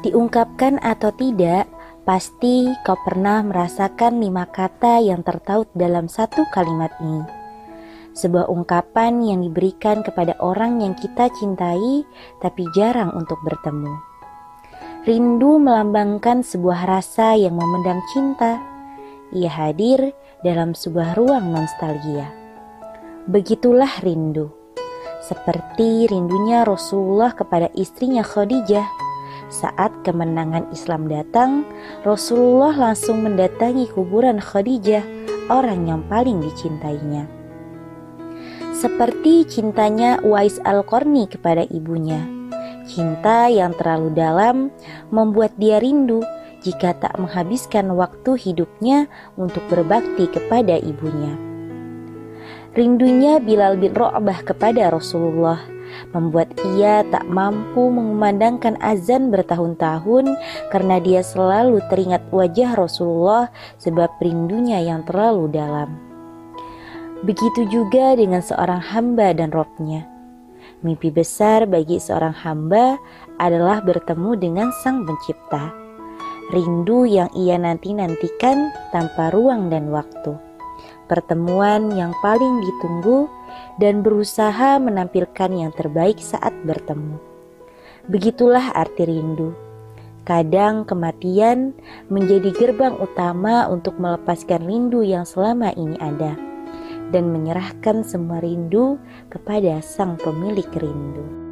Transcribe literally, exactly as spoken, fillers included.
Diungkapkan atau tidak, pasti kau pernah merasakan lima kata yang tertaut dalam satu kalimat ini. Sebuah ungkapan yang diberikan kepada orang yang kita cintai tapi jarang untuk bertemu. Rindu melambangkan sebuah rasa yang memendam cinta. Ia hadir dalam sebuah ruang nostalgia. Begitulah rindu. Seperti rindunya Rasulullah kepada istrinya Khadijah. Saat kemenangan Islam datang, Rasulullah langsung mendatangi kuburan Khadijah, orang yang paling dicintainya. Seperti cintanya Uwais Al-Qarni kepada ibunya. Cinta yang terlalu dalam membuat dia rindu jika tak menghabiskan waktu hidupnya untuk berbakti kepada ibunya. Rindunya Bilal bin Rabah kepada Rasulullah membuat ia tak mampu mengumandangkan azan bertahun-tahun karena dia selalu teringat wajah Rasulullah sebab rindunya yang terlalu dalam. Begitu juga dengan seorang hamba dan Robnya. Mimpi besar bagi seorang hamba adalah bertemu dengan Sang Pencipta. Rindu yang ia nanti-nantikan tanpa ruang dan waktu. Pertemuan yang paling ditunggu dan berusaha menampilkan yang terbaik saat bertemu. Begitulah arti rindu. Kadang kematian menjadi gerbang utama untuk melepaskan rindu yang selama ini ada dan menyerahkan semua rindu kepada Sang Pemilik rindu.